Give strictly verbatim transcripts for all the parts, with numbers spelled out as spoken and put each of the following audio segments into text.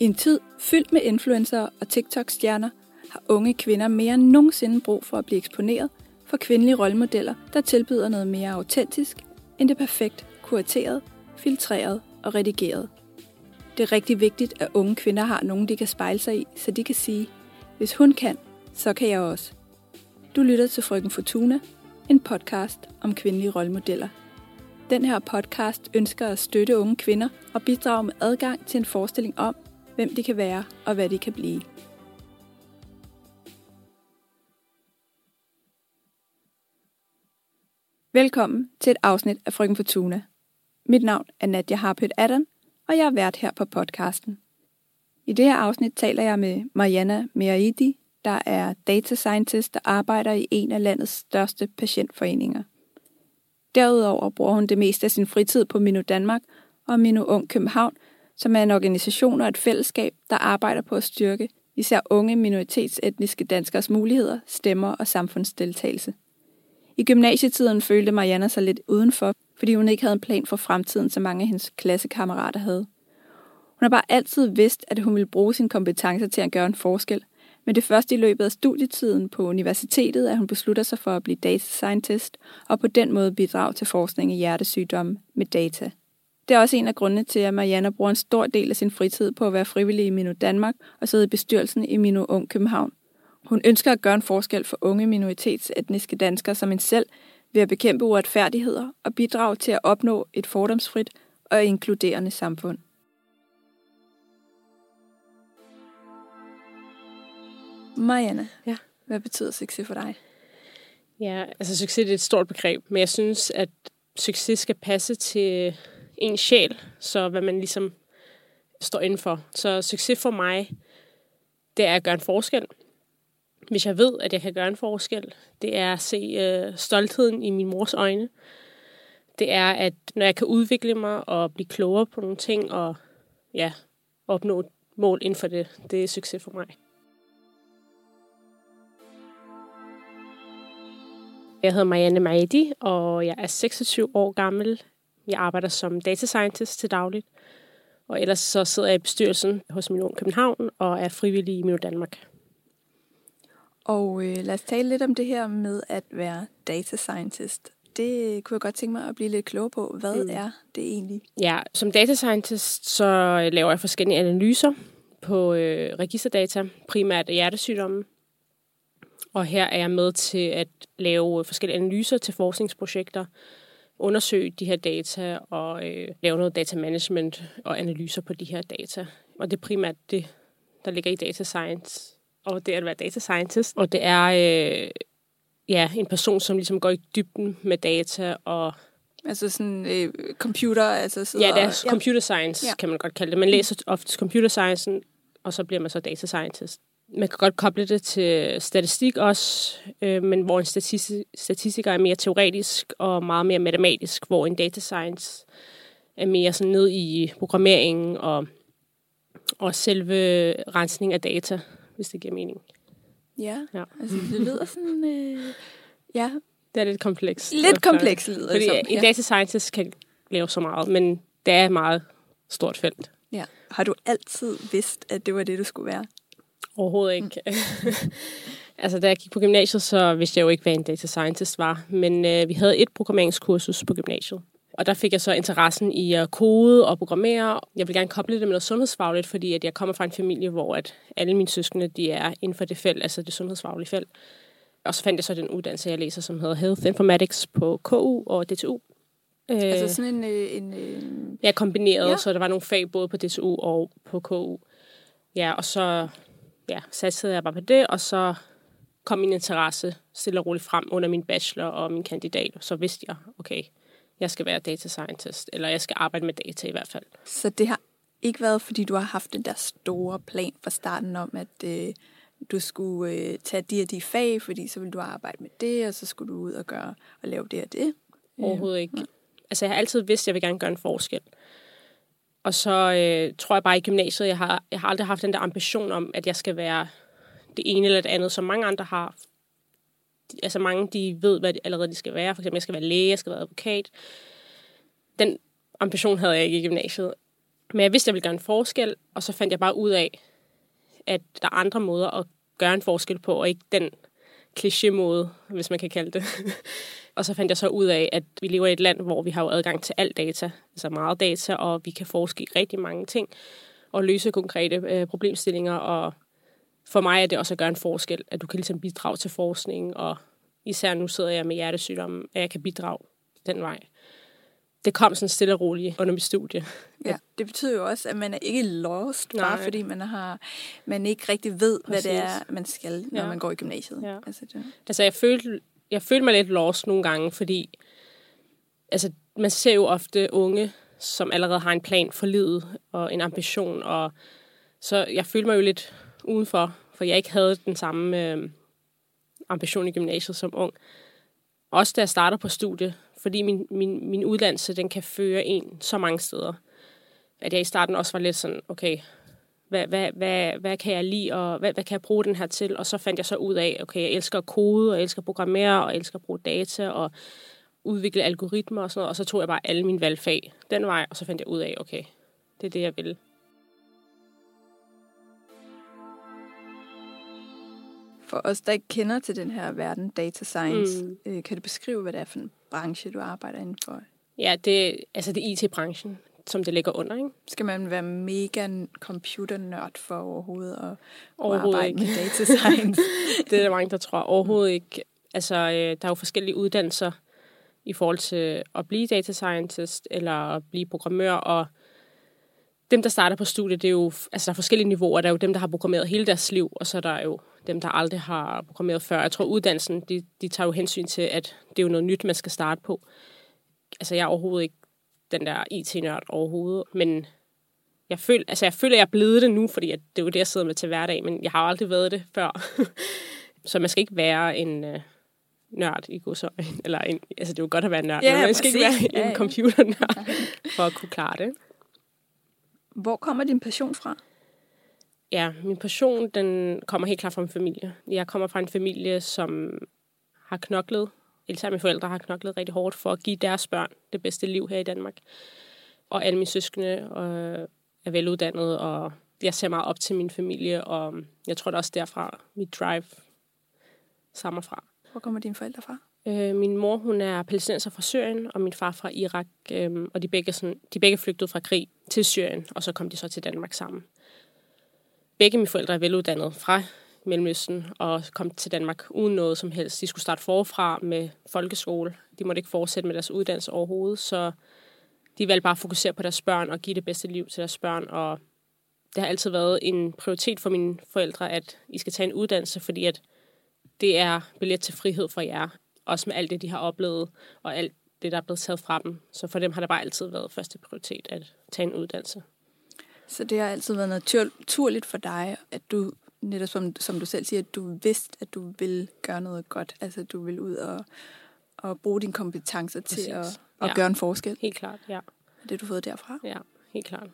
I en tid fyldt med influencer og TikTok-stjerner har unge kvinder mere end nogensinde brug for at blive eksponeret for kvindelige rollemodeller, der tilbyder noget mere autentisk end det perfekt kurateret, filtreret og redigeret. Det er rigtig vigtigt, at unge kvinder har nogen, de kan spejle sig i, så de kan sige, hvis hun kan, så kan jeg også. Du lytter til Frøken Fortuna, en podcast om kvindelige rollemodeller. Den her podcast ønsker at støtte unge kvinder og bidrage med adgang til en forestilling om, hvem de kan være og hvad de kan blive. Velkommen til et afsnit af Frøken Fortuna. Mit navn er Nadia Harpøth Adam, og jeg er vært her på podcasten. I det her afsnit taler jeg med Mariana Meridi, der er data scientist, der arbejder i en af landets største patientforeninger. Derudover bruger hun det meste af sin fritid på Minu Danmark og Minu Ung København, som er en organisation og et fællesskab, der arbejder på at styrke især unge minoritetsetniske danskers muligheder, stemmer og samfundsdeltagelse. I gymnasietiden følte Mariana sig lidt udenfor, fordi hun ikke havde en plan for fremtiden, som mange af hendes klassekammerater havde. Hun har bare altid vidst, at hun ville bruge sine kompetencer til at gøre en forskel, men det første i løbet af studietiden på universitetet, at hun beslutter sig for at blive data scientist og på den måde bidrage til forskning i hjertesygdomme med data. Det er også en af grundene til, at Mariana bruger en stor del af sin fritid på at være frivillig i Minu Danmark og sidde i bestyrelsen i Minu Ung København. Hun ønsker at gøre en forskel for unge minoritetsetniske danskere som en selv ved at bekæmpe uretfærdigheder og bidrage til at opnå et fordomsfrit og inkluderende samfund. Mariana, ja. Hvad betyder succes for dig? Ja, altså succes er et stort begreb, men jeg synes, at succes skal passe til en sjæl, så hvad man ligesom står indenfor. Så succes for mig, det er at gøre en forskel. Hvis jeg ved, at jeg kan gøre en forskel, det er at se øh, stoltheden i min mors øjne. Det er, at når jeg kan udvikle mig og blive klogere på nogle ting og ja, opnå et mål inden for det, det er succes for mig. Jeg hedder Mariana Meridi, og jeg er seksogtyve år gammel. Jeg arbejder som data scientist til dagligt. Og ellers så sidder jeg i bestyrelsen hos Minu Ung København og er frivillig i Minu Danmark. Og øh, lad os tale lidt om det her med at være data scientist. Det kunne jeg godt tænke mig at blive lidt klogere på. Hvad mm. er det egentlig? Ja, som data scientist så laver jeg forskellige analyser på øh, registerdata, primært hjertesygdomme. Og her er jeg med til at lave forskellige analyser til forskningsprojekter, undersøge de her data og øh, lave noget data management og analyser på de her data. Og det er primært det, der ligger i data science. Og det er at være data scientist. Og det er øh, ja, en person, som ligesom går i dybden med data og... Altså sådan øh, computer, altså sidder... Ja, det er computer science, ja. Kan man godt kalde det. Man læser ofte computer science, og så bliver man så data scientist. Man kan godt koble det til statistik også, øh, men hvor en statistik, statistiker er mere teoretisk og meget mere matematisk, hvor en data science er mere sådan ned i programmeringen og, og selve rensning af data, hvis det giver mening. Ja, ja. Altså det lyder sådan... Øh, ja. Det er lidt komplekst. Lidt komplekst lyder det Fordi som. en data scientist kan lave så meget, men det er et meget stort felt. Ja. Har du altid vidst, at det var det, du skulle være? Overhovedet ikke. Mm. Altså, da jeg gik på gymnasiet, så vidste jeg jo ikke, hvad en data scientist var. Men øh, vi havde et programmeringskursus på gymnasiet. Og der fik jeg så interessen i at kode og programmere. Jeg vil gerne koble det med noget sundhedsfagligt, fordi at jeg kommer fra en familie, hvor at alle mine søskende de er inden for det felt, altså det sundhedsfaglige felt. Og så fandt jeg så den uddannelse, jeg læser, som hedder Health Informatics på K U og D T U. Altså sådan en... en, en... Ja, kombineret, ja. Så der var nogle fag både på D T U og på K U. Ja, og så... Ja, satsede jeg bare på det, og så kom min interesse stille og roligt frem under min bachelor og min kandidat. Så vidste jeg, okay, jeg skal være data scientist, eller jeg skal arbejde med data i hvert fald. Så det har ikke været, fordi du har haft den der store plan fra starten om, at øh, du skulle øh, tage de og de fag, fordi så ville du arbejde med det, og så skulle du ud og gøre og lave det og det? Overhovedet ikke. Ja. Altså, jeg har altid vidst, at jeg vil gerne gøre en forskel. Og så øh, tror jeg bare i gymnasiet, jeg har, jeg har aldrig haft den der ambition om, at jeg skal være det ene eller det andet, som mange andre har. Altså mange, de ved, hvad de, allerede de skal være. For eksempel, jeg skal være læge, jeg skal være advokat. Den ambition havde jeg ikke i gymnasiet. Men jeg vidste, at jeg ville gøre en forskel, og så fandt jeg bare ud af, at der er andre måder at gøre en forskel på, og ikke den kliché-måde, hvis man kan kalde det. Og så fandt jeg så ud af, at vi lever i et land, hvor vi har jo adgang til alt data, altså meget data, og vi kan forske i rigtig mange ting, og løse konkrete øh, problemstillinger, og for mig er det også at gøre en forskel, at du kan ligesom bidrage til forskning, og især nu sidder jeg med hjertesygdomme, at jeg kan bidrage den vej. Det kom sådan stille og roligt under mit studie. Ja, det betyder jo også, at man er ikke lost, Nej. bare fordi man har man ikke rigtig ved, Præcis. hvad det er, man skal, når ja. man går i gymnasiet. Ja. Altså, det. altså jeg følte, jeg følte mig lidt lost nogle gange, fordi altså, man ser jo ofte unge, som allerede har en plan for livet og en ambition, og så jeg følte mig jo lidt udenfor, for jeg ikke havde den samme øh, ambition i gymnasiet som ung. Også da jeg starter på studie, fordi min, min, min uddannelse, den kan føre en så mange steder, at jeg i starten også var lidt sådan, okay, hvad, hvad, hvad, hvad kan jeg lide, og hvad, hvad kan jeg bruge den her til? Og så fandt jeg så ud af, okay, jeg elsker at kode, og jeg elsker at programmere, og jeg elsker at bruge data, og udvikle algoritmer og sådan noget, og så tog jeg bare alle mine valgfag den vej, og så fandt jeg ud af, okay, det er det, jeg vil. For os, der ikke kender til den her verden, data science, mm. øh, kan du beskrive, hvad det er for en branche, du arbejder inden for? Ja, det, altså det er I T-branchen, som det ligger under, ikke? Skal man være mega computernørd for overhovedet at overhovedet arbejde ikke. med data science? Det er der mange, der tror. Overhovedet ikke. Altså, øh, der er jo forskellige uddannelser i forhold til at blive data scientist eller at blive programmør, og dem, der starter på studiet, det er jo, altså der er forskellige niveauer. Der er jo dem, der har programmeret hele deres liv, og så er der jo dem, der aldrig har programmeret før. Jeg tror, uddannelsen, de, de tager jo hensyn til, at det er jo noget nyt, man skal starte på. Altså, jeg er overhovedet ikke den der I T-nørd overhovedet, men jeg føler, altså, jeg føler, at jeg er blevet det nu, fordi at det er jo det, jeg sidder med til hverdag, men jeg har jo aldrig været det før. Så man skal ikke være en øh, nørd i godsøjne, eller en, altså det er jo godt at være en nørd, ja, men man præcis. skal ikke være en ja, ja. computernørd for at kunne klare det. Hvor kommer din passion fra? Ja, min passion, den kommer helt klart fra min familie. Jeg kommer fra en familie, som har knoklet, især mine forældre har knoklet rigtig hårdt for at give deres børn det bedste liv her i Danmark. Og alle mine søskende øh, er veluddannede, og jeg ser meget op til min familie, og jeg tror det også derfra, mit drive stammer fra. Hvor kommer dine forældre fra? Øh, min mor, hun er palæstinenser fra Syrien, og min far fra Irak, øh, og de begge, sådan, de begge flygtede fra krig til Syrien, og så kom de så til Danmark sammen. Begge mine forældre er veluddannede fra Mellemøsten, og kom til Danmark uden noget som helst. De skulle starte forfra med folkeskole. De måtte ikke fortsætte med deres uddannelse overhovedet, så de valgte bare at fokusere på deres børn og give det bedste liv til deres børn, og det har altid været en prioritet for mine forældre, at I skal tage en uddannelse, fordi at det er billet til frihed for jer. Også med alt det, de har oplevet, og alt det, der er blevet taget fra dem. Så for dem har det bare altid været første prioritet at tage en uddannelse. Så det har altid været naturligt for dig, at du, netop som, som du selv siger, at du vidste, at du vil gøre noget godt. Altså, du vil ud og, og bruge dine kompetencer Præcis. til at, at ja. gøre en forskel. Helt klart, ja. Er det, du har fået derfra? Ja, helt klart.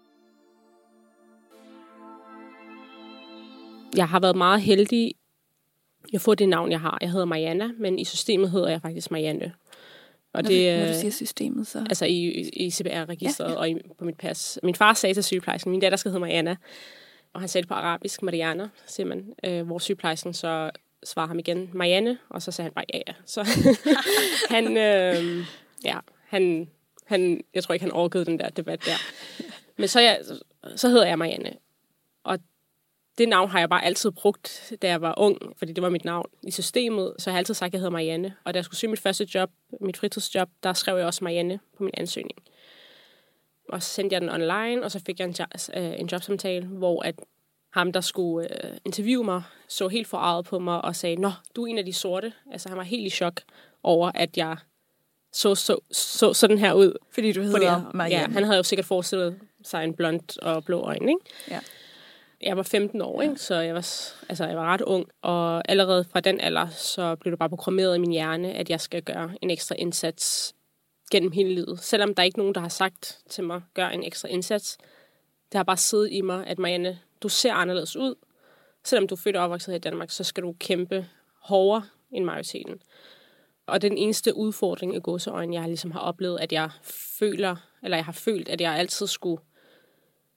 Jeg har været meget heldig at få det navn, jeg har. Jeg hedder Mariana, men i systemet hedder jeg faktisk Marianne. Og når, det, du, når du siger systemet, så... Altså i, i C P R-registret ja, ja. og i, på mit pas. Min far sagde til sygeplejersken, min datter skal hedde Mariana, og han sagde det på arabisk, Mariana, siger man. Øh, hvor sygeplejersken så svarer ham igen, Marianne, og så sagde han bare ja, ja. Så han, øh, ja, han, han, jeg tror ikke, han overgivede den der debat der. Men så, jeg, så hedder jeg Marianne. Og det navn har jeg bare altid brugt, da jeg var ung, fordi det var mit navn i systemet. Så jeg har altid sagt, at jeg hedder Marianne. Og da jeg skulle søge mit første job, mit fritidsjob, der skrev jeg også Marianne på min ansøgning. Og så sendte jeg den online, og så fik jeg en, jo- en jobsamtale, hvor at ham, der skulle uh, interviewe mig, så helt forarget på mig og sagde, nå, du er en af de sorte. Altså han var helt i chok over, at jeg så, så, så sådan her ud. Fordi du hedder fordi, Marianne. Ja, han havde jo sikkert forestillet sig en blond og blå øjne, ikke? Ja. Jeg var femten år, ikke? Så jeg var, altså, jeg var ret ung, og allerede fra den alder, så blev det bare programmeret i min hjerne, at jeg skal gøre en ekstra indsats gennem hele livet. Selvom der er ikke nogen, der har sagt til mig, gør en ekstra indsats. Det har bare siddet i mig, at Marianne, du ser anderledes ud. Selvom du er født og opvokset her i Danmark, så skal du kæmpe hårdere end majoriteten. Og den eneste udfordring i gåseøjne, jeg ligesom har oplevet, at jeg føler, eller jeg har følt, at jeg altid skulle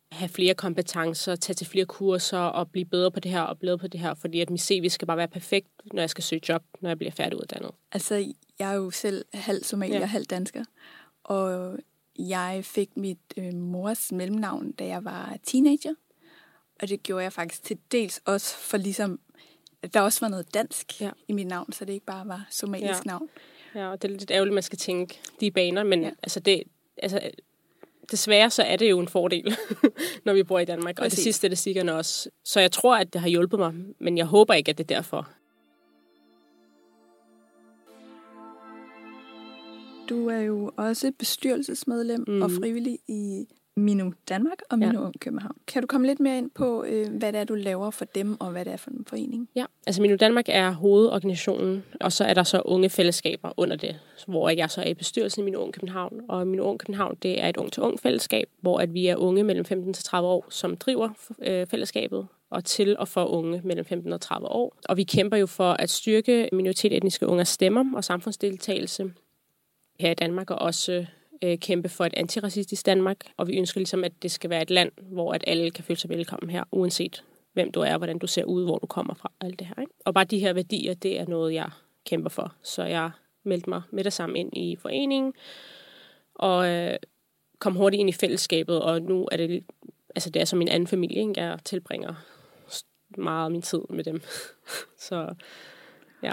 have flere kompetencer, tage til flere kurser og blive bedre på det her og bedre på det her, fordi at min C V skal bare være perfekt, når jeg skal søge job, når jeg bliver færdiguddannet. Altså, jeg er jo selv halv somalier og ja. halv dansker, og jeg fik mit øh, mors mellemnavn, da jeg var teenager, og det gjorde jeg faktisk til dels også for ligesom, at der også var noget dansk ja. i mit navn, så det ikke bare var somalisk ja. navn. Ja, og det er lidt ærgerligt, man skal tænke de baner, men ja. altså det, altså desværre så er det jo en fordel, når vi bor i Danmark, Præcis. Og det sidste statistikkerne også. Så jeg tror, at det har hjulpet mig, men jeg håber ikke, at det er derfor. Du er jo også bestyrelsesmedlem mm. og frivillig i Minu Danmark og Minu ja. Ung København. Kan du komme lidt mere ind på, øh, hvad det er, du laver for dem, og hvad det er for en forening? Ja, altså Minu Danmark er hovedorganisationen, og så er der så unge fællesskaber under det, hvor jeg så er i bestyrelsen i Minu Ung København. Og Minu Ung København, det er et ung-til-ung fællesskab, hvor at vi er unge mellem femten til tredive år, som driver øh, fællesskabet, og til og for unge mellem femten og tredive år. Og vi kæmper jo for at styrke minoritetsetniske ungers stemmer og samfundsdeltagelse her i Danmark, og også øh, kæmpe for et antiracistisk Danmark. Og vi ønsker ligesom, at det skal være et land, hvor at alle kan føle sig velkommen her, uanset hvem du er, hvordan du ser ud, hvor du kommer fra, alt det her. Ikke? Og bare de her værdier, det er noget, jeg kæmper for. Så jeg meldte mig med det samme ind i foreningen, og øh, kom hurtigt ind i fællesskabet, og nu er det, altså det er som min anden familie, ikke? Jeg tilbringer meget af min tid med dem. Så ja.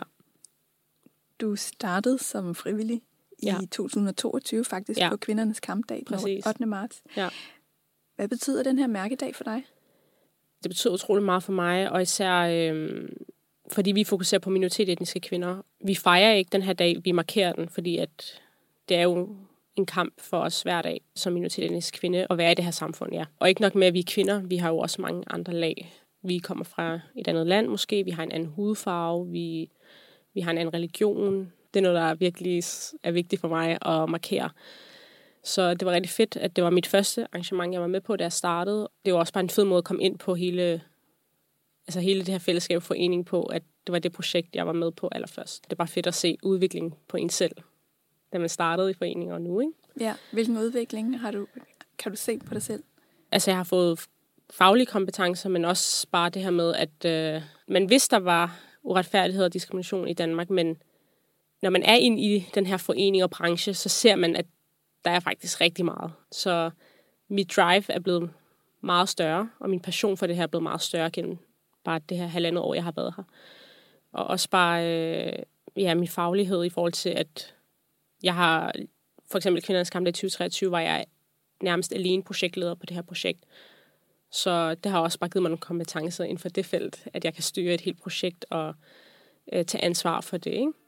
Du startede som frivillig i ja. to tusind og toogtyve faktisk ja. på kvindernes kampdag den ottende marts. Ja. Hvad betyder den her mærkedag for dig? Det betyder utrolig meget for mig, og især øh, fordi vi fokuserer på minoritetsetniske kvinder. Vi fejrer ikke den her dag, vi markerer den, fordi at det er jo en kamp for os hver dag som minoritetsetnisk kvinde at være i det her samfund, ja. Og ikke nok med, at vi er kvinder, vi har jo også mange andre lag. Vi kommer fra et andet land måske, vi har en anden hudfarve, vi, vi har en anden religion. Det er noget, der virkelig er vigtigt for mig at markere. Så det var rigtig fedt, at det var mit første arrangement, jeg var med på, da jeg startede. Det var også bare en fed måde at komme ind på hele, altså hele det her fællesskab forening på, at det var det projekt, jeg var med på allerførst. Det er bare fedt at se udviklingen på en selv, da man startede i foreningen og nu, ikke? Ja, hvilken udvikling har du, kan du se på dig selv? Altså, jeg har fået faglige kompetencer, men også bare det her med, at øh, man vidste, der var uretfærdighed og diskrimination i Danmark, men når man er inde i den her forening og branche, så ser man, at der er faktisk rigtig meget. Så mit drive er blevet meget større, og min passion for det her er blevet meget større gennem bare det her halvandet år, jeg har været her. Og også bare øh, ja, min faglighed i forhold til, at jeg har for eksempel Kvindernes Kampdag tyve treogtyve, var jeg nærmest alene projektleder på det her projekt. Så det har også bare givet mig nogle kompetencer inden for det felt, at jeg kan styre et helt projekt og øh, tage ansvar for det, ikke?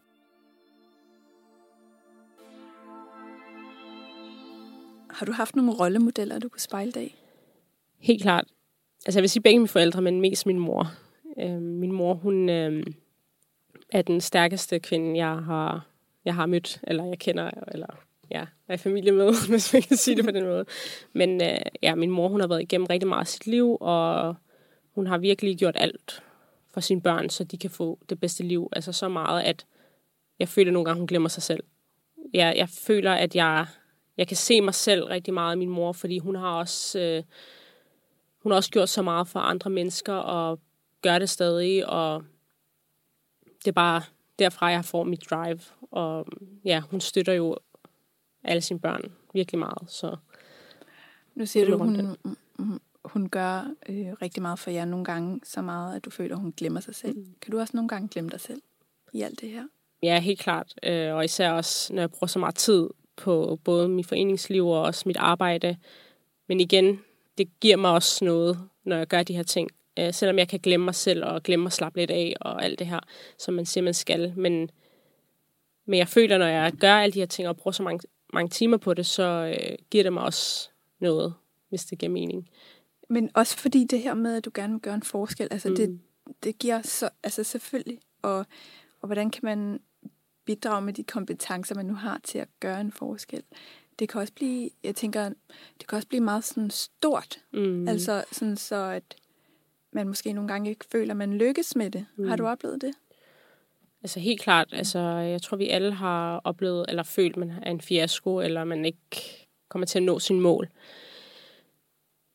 Har du haft nogle rollemodeller, du kunne spejle dig i? Helt klart. Altså jeg vil sige begge mine forældre, men mest min mor. Øh, min mor, hun øh, er den stærkeste kvinde, jeg har, jeg har mødt, eller jeg kender, eller ja, er i familie med, hvis man kan sige det på den måde. Men øh, ja, min mor, hun har været igennem rigtig meget af sit liv, og hun har virkelig gjort alt for sine børn, så de kan få det bedste liv. Altså så meget, at jeg føler nogle gange, hun glemmer sig selv. Jeg, jeg føler, at jeg... Jeg kan se mig selv rigtig meget af min mor, fordi hun har også øh, hun har også gjort så meget for andre mennesker og gør det stadig, og det er bare derfra, jeg får mit drive. Og ja, hun støtter jo alle sine børn virkelig meget. Så nu siger du, hun, hun gør øh, rigtig meget for jer nogle gange, så meget, at du føler, at hun glemmer sig selv. Mm. Kan du også nogle gange glemme dig selv i alt det her? Ja, helt klart. Øh, og især også, når jeg bruger så meget tid på både mit foreningsliv og også mit arbejde. Men igen, det giver mig også noget, når jeg gør de her ting. Øh, selvom jeg kan glemme mig selv og glemme at slappe lidt af og alt det her, som man siger, man skal. Men, men jeg føler, når jeg gør alle de her ting og bruger så mange, mange timer på det, så øh, giver det mig også noget, hvis det giver mening. Men også fordi det her med, at du gerne vil gøre en forskel, altså mm. det, det giver så, altså selvfølgelig. Og, og hvordan kan man bidrage med de kompetencer, man nu har til at gøre en forskel. Det kan også blive, jeg tænker, det kan også blive meget sådan stort. Mm. Altså sådan så, at man måske nogle gange ikke føler, at man lykkes med det. Mm. Har du oplevet det? Altså helt klart. Altså, jeg tror, vi alle har oplevet, eller følt, at man er en fiasko, eller man ikke kommer til at nå sin mål.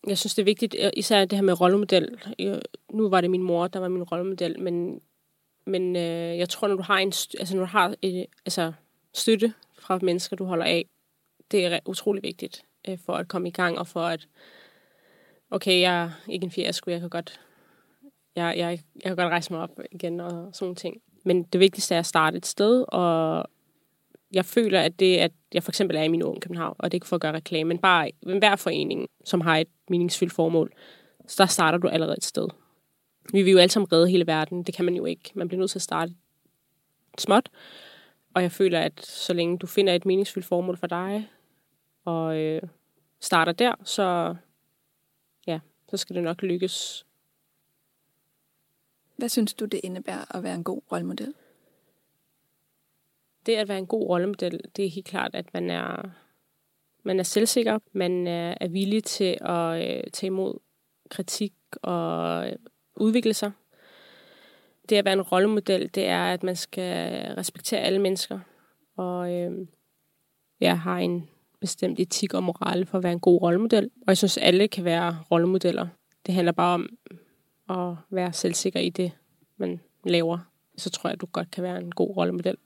jeg synes, det er vigtigt, især det her med rollemodel. Nu var det min mor, der var min rollemodel, men, men øh, jeg tror, når du har en altså, når du har et, altså, støtte fra mennesker, du holder af, det er utrolig vigtigt øh, for at komme i gang, og for at, okay, jeg er ikke en fiasko, jeg kan godt, jeg, jeg, jeg kan godt rejse mig op igen og sådan nogle ting. Men det vigtigste er at starte et sted, og jeg føler, at det, at jeg for eksempel er i min Ung København, og det er ikke for at gøre reklame, men bare hver forening, som har et meningsfyldt formål, så der starter du allerede et sted. Vi vil jo alle sammen redde hele verden, det kan man jo ikke. Man bliver nødt til at starte småt, og jeg føler, at så længe du finder et meningsfyldt formål for dig, og øh, starter der, så, ja, så skal det nok lykkes. Hvad synes du, det indebærer at være en god rollemodel? Det at være en god rollemodel, det er helt klart, at man er, man er selvsikker, man er villig til at øh, tage imod kritik og øh, udvikle sig. Det at være en rollemodel, det er, at man skal respektere alle mennesker, og øh, ja, har en bestemt etik og moral for at være en god rollemodel. Og jeg synes, alle kan være rollemodeller. Det handler bare om at være selvsikker i det, man laver. Så tror jeg, at du godt kan være en god rollemodel.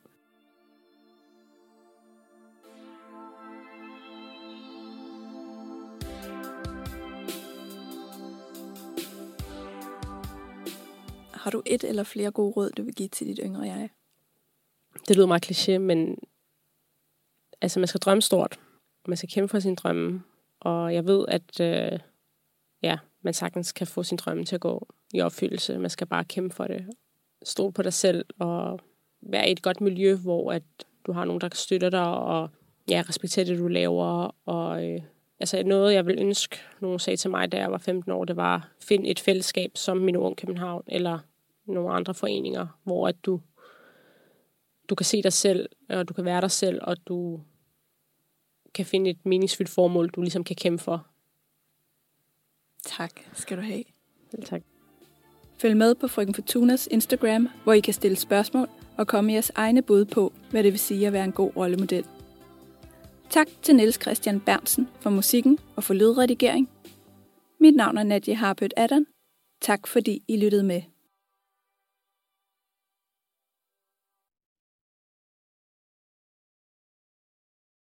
Har du et eller flere gode råd, du vil give til dit yngre jeg? Det lyder meget kliché, men altså, man skal drømme stort. Man skal kæmpe for sin drømme. Og jeg ved, at øh, ja, man sagtens kan få sin drømme til at gå i opfyldelse. Man skal bare kæmpe for det. Stol på dig selv og være i et godt miljø, hvor at du har nogen, der kan støtte dig og ja, respektere det, du laver. Og øh, altså noget, jeg vil ønske, nogen sagde til mig, da jeg var femten år, det var find et fællesskab som min Ung København eller nogle andre foreninger, hvor at du, du kan se dig selv, og du kan være dig selv, og du kan finde et meningsfyldt formål, du ligesom kan kæmpe for. Tak skal du have. Selv tak. Følg med på Frøken Fortunas Instagram, hvor I kan stille spørgsmål og komme med jeres egne bud på, hvad det vil sige at være en god rollemodel. Tak til Niels Christian Berntsen for musikken og for lydredigering. Mit navn er Nadia Harpøth Adam. Tak fordi I lyttede med.